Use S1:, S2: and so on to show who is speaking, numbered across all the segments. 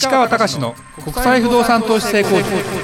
S1: 川隆の国際不動産投資成功塾。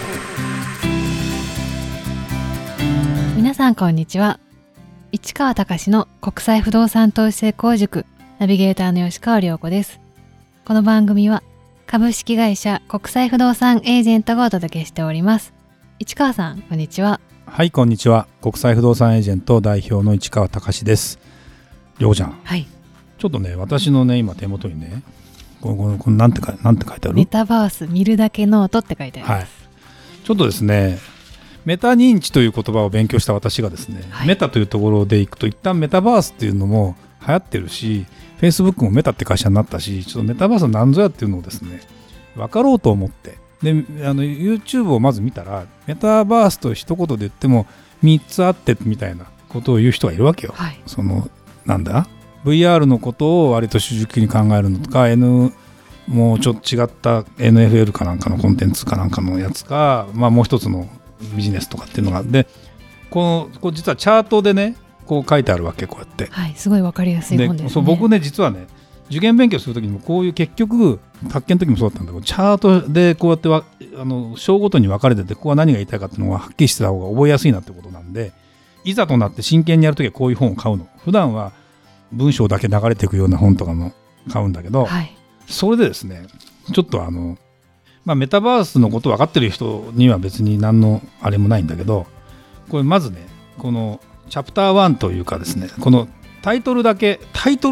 S2: 皆さんこんにちは。市川隆の国際不動産投資成功塾ナビゲーターの吉川亮子です。この番組は株式会社国際不動産エージェントがお届けしております。市川さんこんにちは。
S1: はい、こんにちは。国際不動産エージェント代表の市川隆です。亮ちゃん、
S2: はい、
S1: ちょっとね、私のね今手元にね、これなんて書いてある？
S2: メタバース見るだけノートって書いてあります。はい、
S1: ちょっとですね、メタ認知という言葉を勉強した私がですね、はい、メタというところでいくと一旦メタバースっていうのも流行ってるし、Facebook もメタって会社になったし、ちょっとメタバースは何ぞやっていうのをですね分かろうと思って、でYouTube をまず見たら、メタバースと一言で言っても3つあってみたいなことを言う人がいるわけよ。はい、そのなんだVR のことを割と主軸に考えるのとか、もうちょっと違った NFL かなんかのコンテンツかなんかのやつか、もう一つのビジネスとかっていうのがあって、こう実はチャートでねこう書いてあるわけ、こうやって、はい、
S2: すごい分かりやすい本ですね。
S1: そう、僕ね実はね受験勉強するときにもこういう、結局宅建の時もそうだったんだけど、チャートでこうやって章ごとに分かれてて、ここは何が言いたいかっていうのがはっきりしてた方が覚えやすいなってことなんで、いざとなって真剣にやるときはこういう本を買うの。普段は文章だけ流れていくような本とかも買うんだけど、はい、それでですねちょっとメタバースのこと分かってる人には別に何のあれもないんだけど、これまずね、このチャプター1というかですね、このタイトルだけ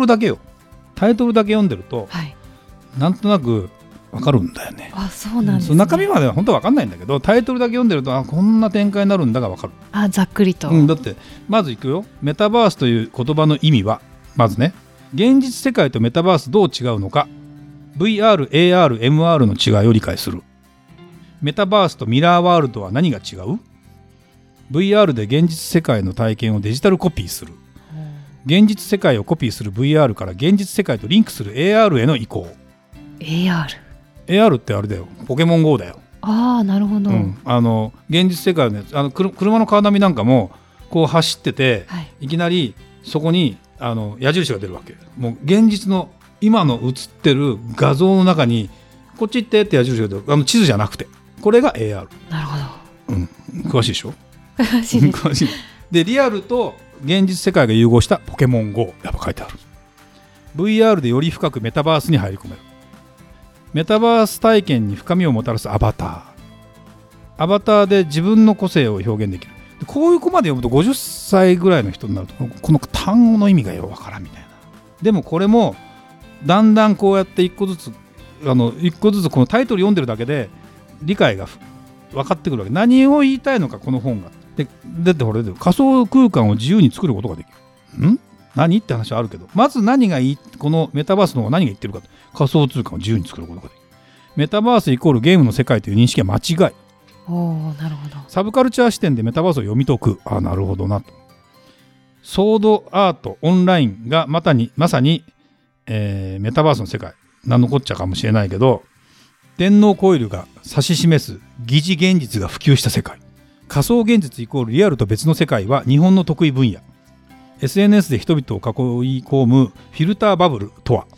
S1: 読んでると、はい、なんとなく分かるんだよね。
S2: あ、そうなんですね。
S1: 中身までは本当は分かんないんだけど、タイトルだけ読んでると、こんな展開になるんだが分かる。
S2: ざっくりと、
S1: だってまずいくよ。メタバースという言葉の意味は、まずね、現実世界とメタバースどう違うのか、 VR、AR、MR の違いを理解する。メタバースとミラーワールドは何が違う？ VR で現実世界の体験をデジタルコピーする。現実世界をコピーする VR から現実世界とリンクする AR への移行。 AR ってあれだよ、ポケモン GO だよ。
S2: なるほど。
S1: 現実世界の車のカーナビなんかもこう走ってて、はい、いきなりそこに矢印が出るわけ。もう現実の今の映ってる画像の中にこっち行ってって矢印が出る。地図じゃなくて、これが AR。
S2: なるほど、
S1: 詳しいでしょ。
S2: 詳しいです
S1: 詳しい。でリアルと現実世界が融合したポケモン GO、 やっぱ書いてある。 VR でより深くメタバースに入り込める。メタバース体験に深みをもたらすアバターで自分の個性を表現できる。こういう子まで読むと50歳ぐらいの人になると、この単語の意味がよくわからんみたいな。でもこれもだんだんこうやって一個ずつこのタイトル読んでるだけで理解が分かってくるわけ。何を言いたいのか、この本が。だってこれで仮想空間を自由に作ることができる。何って話はあるけど、まずこのメタバースの方が何が言ってるかと、仮想通貨を自由に作ることができる。メタバースイコールゲームの世界という認識は間違い。
S2: なるほど。
S1: サブカルチャー視点でメタバースを読み解く。なるほどなと。ソードアートオンラインがまさに、メタバースの世界。何のこっちゃかもしれないけど、電脳コイルが指し示す疑似現実が普及した世界。仮想現実イコールリアルと別の世界は日本の得意分野。SNS で人々を囲い込むフィルターバブルとは。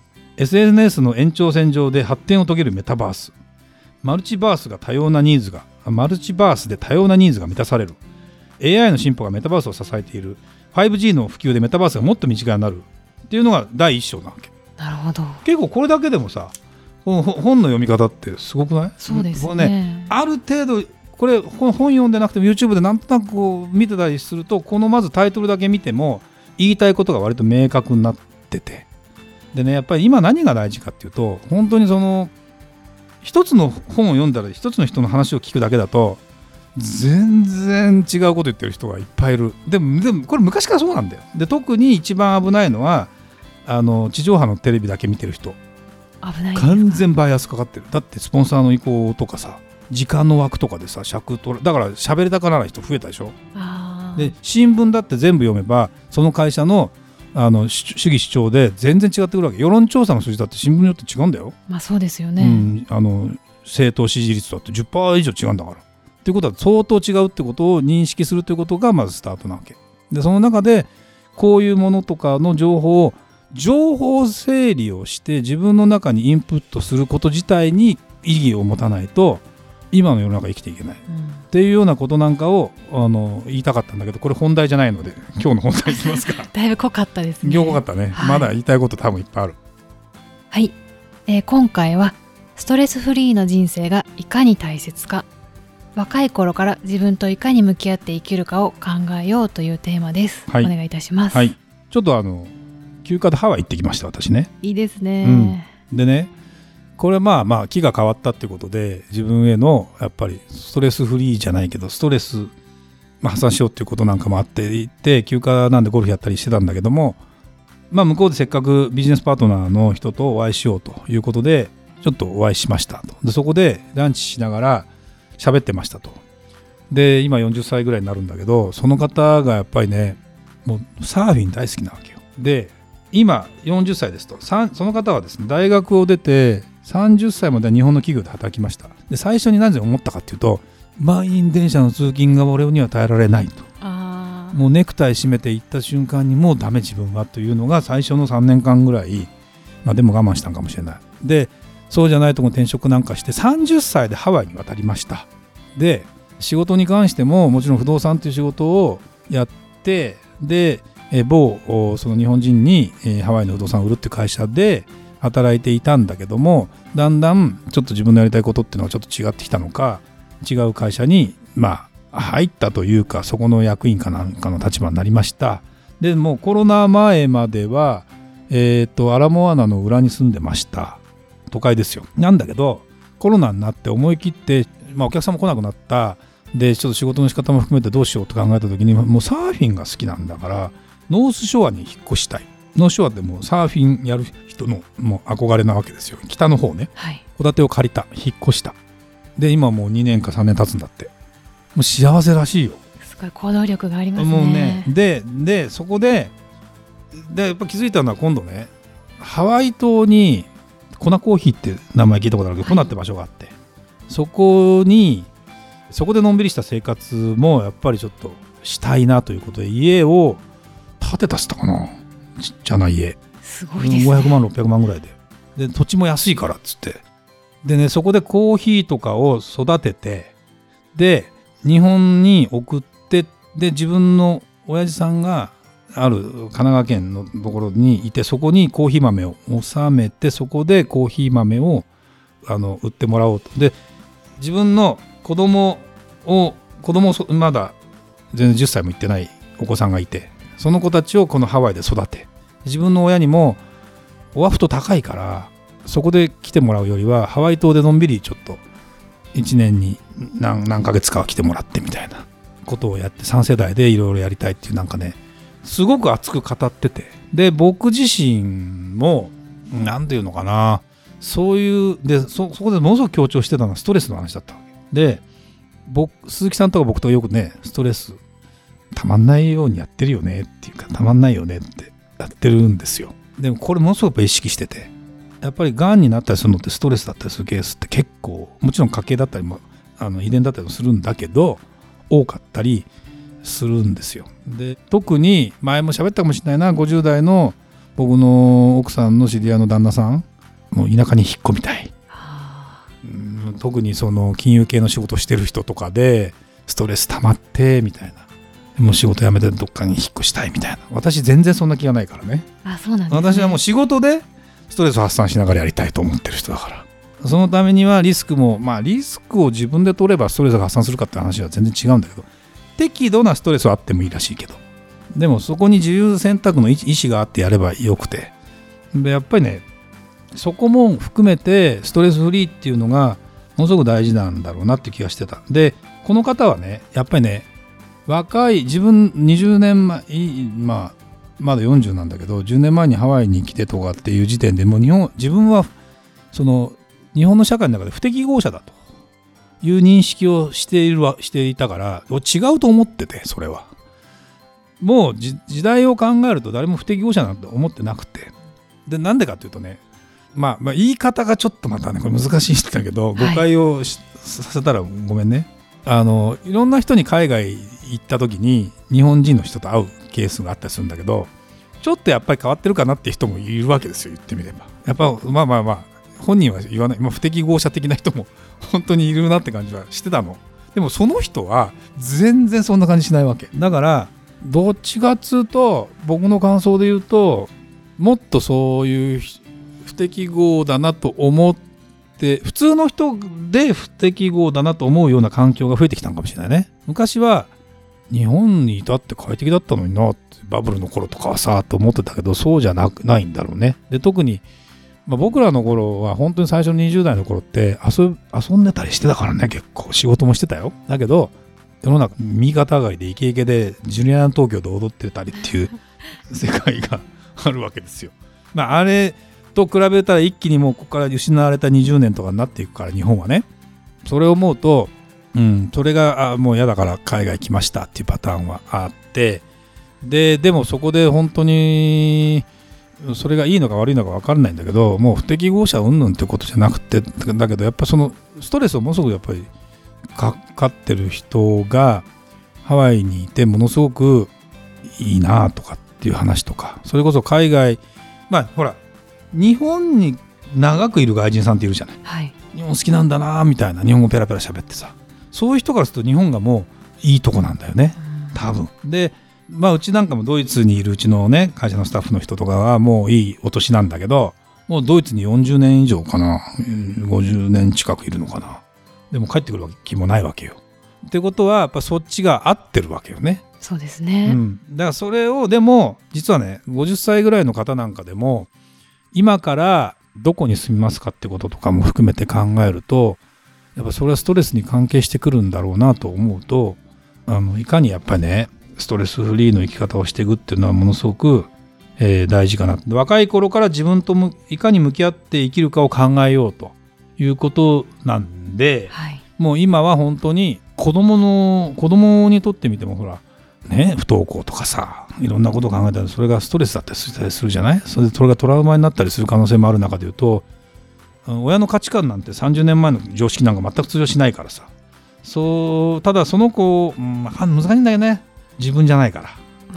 S1: SNS の延長線上で発展を遂げるメタバース。マルチバースで多様なニーズが満たされる。 AI の進歩がメタバースを支えている。 5G の普及でメタバースがもっと身近になるっていうのが第一章なわけ。
S2: なるほど。
S1: 結構これだけでもさ、この本の読み方ってすごくない？
S2: そうですね。
S1: ある程度これ本読んでなくても YouTube でなんとなくこう見てたりすると、このまずタイトルだけ見ても言いたいことが割と明確になってて、でね、やっぱり今何が大事かっていうと、本当にその一つの本を読んだら一つの人の話を聞くだけだと全然違うこと言ってる人がいっぱいいる。でもこれ昔からそうなんだよ。で特に一番危ないのは地上波のテレビだけ見てる人。
S2: 危ない。
S1: 完全バイアスかかってる。だってスポンサーの意向とかさ、時間の枠とかでさ、尺取る。だから喋りたくならない人増えたでしょ。で新聞だって全部読めばその会社の主義主張で全然違ってくるわけ。世論調査の数字だって新聞によって違うんだよ。
S2: そうですよね。
S1: 政党支持率だって 10% 以上違うんだから。っていうことは相当違うってことを認識するということがまずスタートなわけで、その中でこういうものとかの情報を情報整理をして自分の中にインプットすること自体に意義を持たないと今の世の中生きていけない、っていうようなことなんかを言いたかったんだけど、これ本題じゃないので今日の本題いきますか。
S2: だいぶ濃かったですね。
S1: 濃かったね、まだ言いたいこと多分いっぱいある。
S2: はい、今回はストレスフリーの人生がいかに大切か、若い頃から自分といかに向き合って生きるかを考えようというテーマです、お願いいたします。
S1: ちょっと休暇でハワイ行ってきました、私ね。
S2: いいですね、
S1: でね、これまあ気が変わったってことで自分へのやっぱりストレスフリーじゃないけどストレス、発散しようっていうことなんかもあっていて、休暇なんでゴルフやったりしてたんだけども、向こうでせっかくビジネスパートナーの人とお会いしようということでちょっとお会いしましたと。でそこでランチしながら喋ってましたと。で今40歳ぐらいになるんだけど、その方がやっぱりねもうサーフィン大好きなわけよ。で今40歳ですと、その方はですね大学を出て30歳までは日本の企業で働きました。で最初になぜ思ったかっていうと、満員電車の通勤が俺には耐えられないと。もうネクタイ締めて行った瞬間にもうダメ自分はというのが最初の3年間ぐらい、でも我慢したんかもしれない。でそうじゃないところ転職なんかして30歳でハワイに渡りました。で仕事に関してももちろん不動産という仕事をやって、で某その日本人にハワイの不動産を売るっていう会社で働いていたんだけども、だんだんちょっと自分のやりたいことっていうのがちょっと違ってきたのか、違う会社に入ったというか、そこの役員かなんかの立場になりました。でもうコロナ前まではアラモアナの裏に住んでました。都会ですよ。なんだけどコロナになって思い切って、お客さんも来なくなった。でちょっと仕事の仕方も含めてどうしようと考えた時に、もうサーフィンが好きなんだからノースショアに引っ越したい。ノースショアってもうサーフィンやる人のもう憧れなわけですよ。北の方ね、戸建てを借りた、引っ越した。で今もう2年か3年経つんだって。もう幸せらしいよ。す
S2: ごい行動力がありますね。
S1: もうね、でそこでやっぱ気づいたのは、今度ねハワイ島にコナコーヒーって名前聞いたことあるけど、コナって場所があって、そこでのんびりした生活もやっぱりちょっとしたいなということで、家を建てたしたかな、ちっちゃな家、
S2: すごいですね、
S1: 500万600万ぐらいで土地も安いからっつって、でねそこでコーヒーとかを育てて、で日本に送って、で自分の親父さんがある神奈川県のところにいて、そこにコーヒー豆を納めて、そこでコーヒー豆を売ってもらおうと。で自分の子供まだ全然10歳もいってないお子さんがいて、その子たちをこのハワイで育て、自分の親にもオアフ島高いからそこで来てもらうよりはハワイ島でのんびりちょっと1年に 何ヶ月かは来てもらってみたいなことをやって、3世代でいろいろやりたいっていう、なんかねすごく熱く語ってて、で僕自身もなんていうのかな、そういうで そこでものすごく強調してたのはストレスの話だったわけで、鈴木さんとか僕とかよくねストレスたまんないようにやってるよねっていうか、たまんないよねってやってるんですよ。でもこれものすごく意識してて、やっぱりがんになったりするのってストレスだったりするケースって結構、もちろん家系だったりも遺伝だったりもするんだけど多かったりするんですよ。で特に前も喋ったかもしれないな、50代の僕の奥さんの知り合いの旦那さん、もう田舎に引っ込みたい、特にその金融系の仕事してる人とかでストレス溜まってみたいな、もう仕事辞めてどっかに引っ越したいみたいな。私全然そんな気がないからね。
S2: そうなんですね。
S1: 私はもう仕事でストレス発散しながらやりたいと思ってる人だから、そのためにはリスクも、リスクを自分で取ればストレスが発散するかって話は全然違うんだけど、適度なストレスはあってもいいらしいけど、でもそこに自由選択の意思があってやればよくて、でやっぱりねそこも含めてストレスフリーっていうのがものすごく大事なんだろうなっていう気がしてた。でこの方はねやっぱりね、若い自分20年前、まだ40なんだけど10年前にハワイに来てとかっていう時点でもう自分はその日本の社会の中で不適合者だという認識をしていたから、違うと思ってて、それはもう時代を考えると誰も不適合者なんて思ってなくて、でなんでかっていうとね、言い方がちょっとまたねこれ難しいんだけど、誤解をさせたらごめんね。いろんな人に海外行った時に日本人の人と会うケースがあったりするんだけど、 ちょっとやっぱり変わってるかなっていう人もいるわけですよ。言ってみればやっぱまあ本人は言わない、不適合者的な人も本当にいるなって感じはしてたの。でもその人は全然そんな感じしないわけだから、どっちかっつうと僕の感想で言うと、もっとそういう不適合だなと思って普通の人で不適合だなと思うような環境が増えてきたのかもしれないね。昔は日本にいたって快適だったのになって、バブルの頃とかはさと思ってたけど、そうじゃないんだろうね。で特に、僕らの頃は本当に最初の20代の頃って遊んでたりしてたからね。結構仕事もしてたよ。だけど世の中右肩上がりでイケイケでジュニア東京で踊ってたりっていう世界があるわけですよ。あれと比べたら一気にもうここから失われた20年とかになっていくから、日本はね。それを思うと、それがもう嫌だから海外来ましたっていうパターンはあって、でもそこで本当にそれがいいのか悪いのか分からないんだけど、もう不適合者云々ってことじゃなくて、だけどやっぱそのストレスをものすごくやっぱりかかってる人がハワイにいてものすごくいいなとかっていう話とか、それこそ海外、ほら日本に長くいる外人さんっているじゃない、はい、日本好きなんだなみたいな、日本語ペラペラ喋ってさ、そういう人からすると日本がもういいとこなんだよね、多分。でうちなんかもドイツにいるうちのね会社のスタッフの人とかはもういいお年なんだけど、もうドイツに40年以上かな、50年近くいるのかな。でも帰ってくる気もないわけよ。ってことはやっぱそっちが合ってるわけよね。
S2: そうですね、
S1: だからそれをでも実はね、50歳ぐらいの方なんかでも今からどこに住みますかってこととかも含めて考えると、やっぱそれはストレスに関係してくるんだろうなと思うと、いかにやっぱりねストレスフリーの生き方をしていくっていうのはものすごく、大事かな。若い頃から自分といかに向き合って生きるかを考えようということなんで、はい、もう今は本当に子供にとってみてもほらね、不登校とかさ、いろんなことを考えたらそれがストレスだったりするじゃない。それがトラウマになったりする可能性もある中で言うと、親の価値観なんて30年前の常識なんか全く通用しないからさ、ただその子、難しいんだよね、自分じゃないから。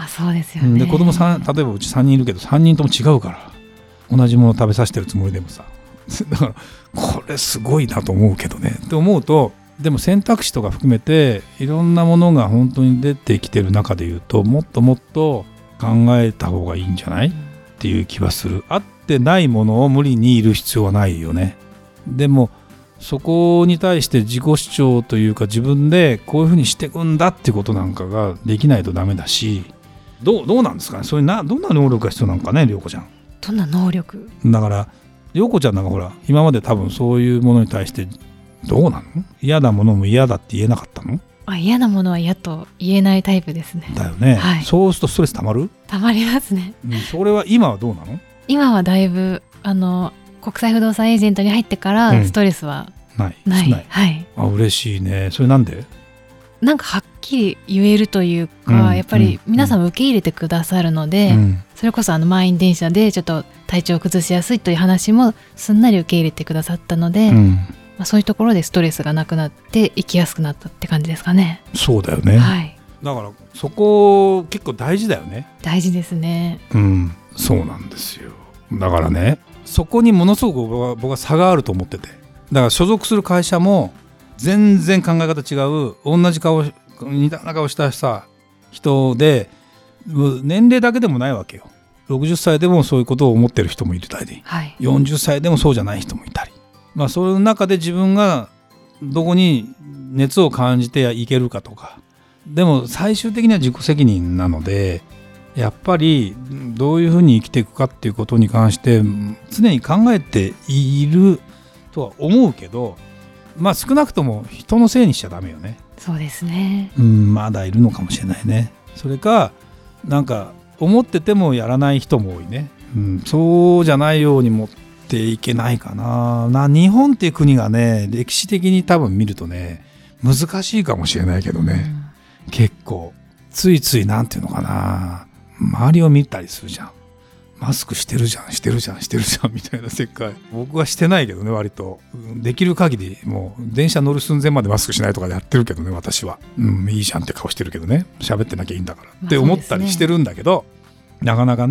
S2: そうですよね。
S1: で子供さん、例えばうち3人いるけど3人とも違うから、同じもの食べさせてるつもりでもさだからこれすごいなと思うけどねって思うと、でも選択肢とか含めていろんなものが本当に出てきてる中で言うと、もっともっと考えた方がいいんじゃないっていう気はする。合ってないものを無理にいる必要はないよね。でもそこに対して自己主張というか、自分でこういうふうにしていくんだっていうことなんかができないとダメだし、どうなんですかね、どんな能力が必要なのかね、涼子ちゃん。
S2: どんな能力
S1: だから、涼子ちゃんなんかほら今まで多分そういうものに対してどうなの？嫌なものも嫌だって言えなかったの？
S2: 嫌なものは嫌と言えないタイプですね。
S1: だよね、はい、そうするとストレスたまる？
S2: たまりますね、
S1: それは今はどうなの？
S2: 今はだいぶ国際不動産エージェントに入ってからストレスはない、はい、
S1: 嬉しいね。それなんで？
S2: なんかはっきり言えるというか、やっぱり皆さん受け入れてくださるので、それこそ満員電車でちょっと体調を崩しやすいという話もすんなり受け入れてくださったので、そういうところでストレスがなくなって生きやすくなったって感じですかね。
S1: そうだよね、はい、だからそこ結構大事だよね。
S2: 大事ですね。
S1: そうなんですよ。だからね、そこにものすごく僕は差があると思ってて、だから所属する会社も全然考え方違う、同じ似たような顔した人で、年齢だけでもないわけよ。60歳でもそういうことを思ってる人もいるたり、はい、40歳でもそうじゃない人もいたり、そういう中で自分がどこに熱を感じていけるかとか、でも最終的には自己責任なので、やっぱりどういうふうに生きていくかっていうことに関して常に考えているとは思うけど、少なくとも人のせいにしちゃダメよね。
S2: そうですね、
S1: まだいるのかもしれないね。それかなんか思っててもやらない人も多いね、そうじゃないように持っていけないかな。日本っていう国がね、歴史的に多分見るとね難しいかもしれないけどね、結構ついついなんていうのかな、周りを見たりするじゃん。マスクしてるじゃんみたいな世界。僕はしてないけどね、割とできる限りもう電車乗る寸前までマスクしないとかでやってるけどね、私は。いいじゃんって顔してるけどね、喋ってなきゃいいんだからって思ったりしてるんだけど、なかなかね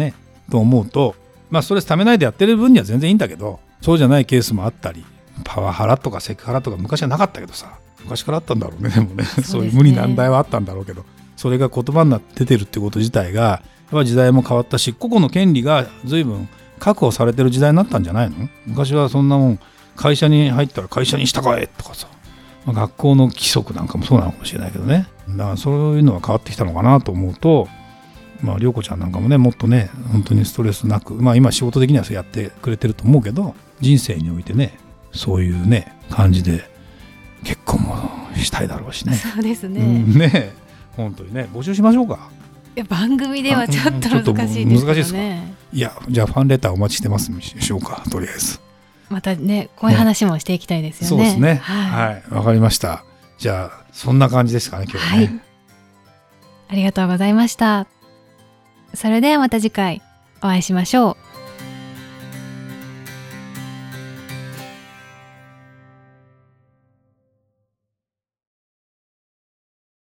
S1: と思うと、ストレスためないでやってる分には全然いいんだけど、そうじゃないケースもあったり、パワハラとかセクハラとか昔はなかったけどさ、昔からあったんだろうね。でもね、そういう無理難題はあったんだろうけど、それが言葉になって出てるってこと自体がやっぱ時代も変わったし、個々の権利が随分確保されてる時代になったんじゃないの？昔はそんなもん、会社に入ったら会社に従えとかさ、学校の規則なんかもそうなのかもしれないけどね。だからそういうのは変わってきたのかなと思うと、涼子ちゃんなんかもね、もっとね、本当にストレスなく、今仕事的にはそうやってくれてると思うけど、人生においてね、そういうね感じで結婚もしたいだろうしね。
S2: そうですね。
S1: ね、本当にね、募集しましょうか。
S2: いや、番組ではちょっと難しいですけどね。
S1: いや、じゃあファンレターお待ちしてますしようか、とりあえず。
S2: またね、こういう話もしていきたいですよね。
S1: そうですね。はい、わかりました。じゃあそんな感じですかね、今日はね。はい、
S2: ありがとうございました。それではまた次回お会いしましょう。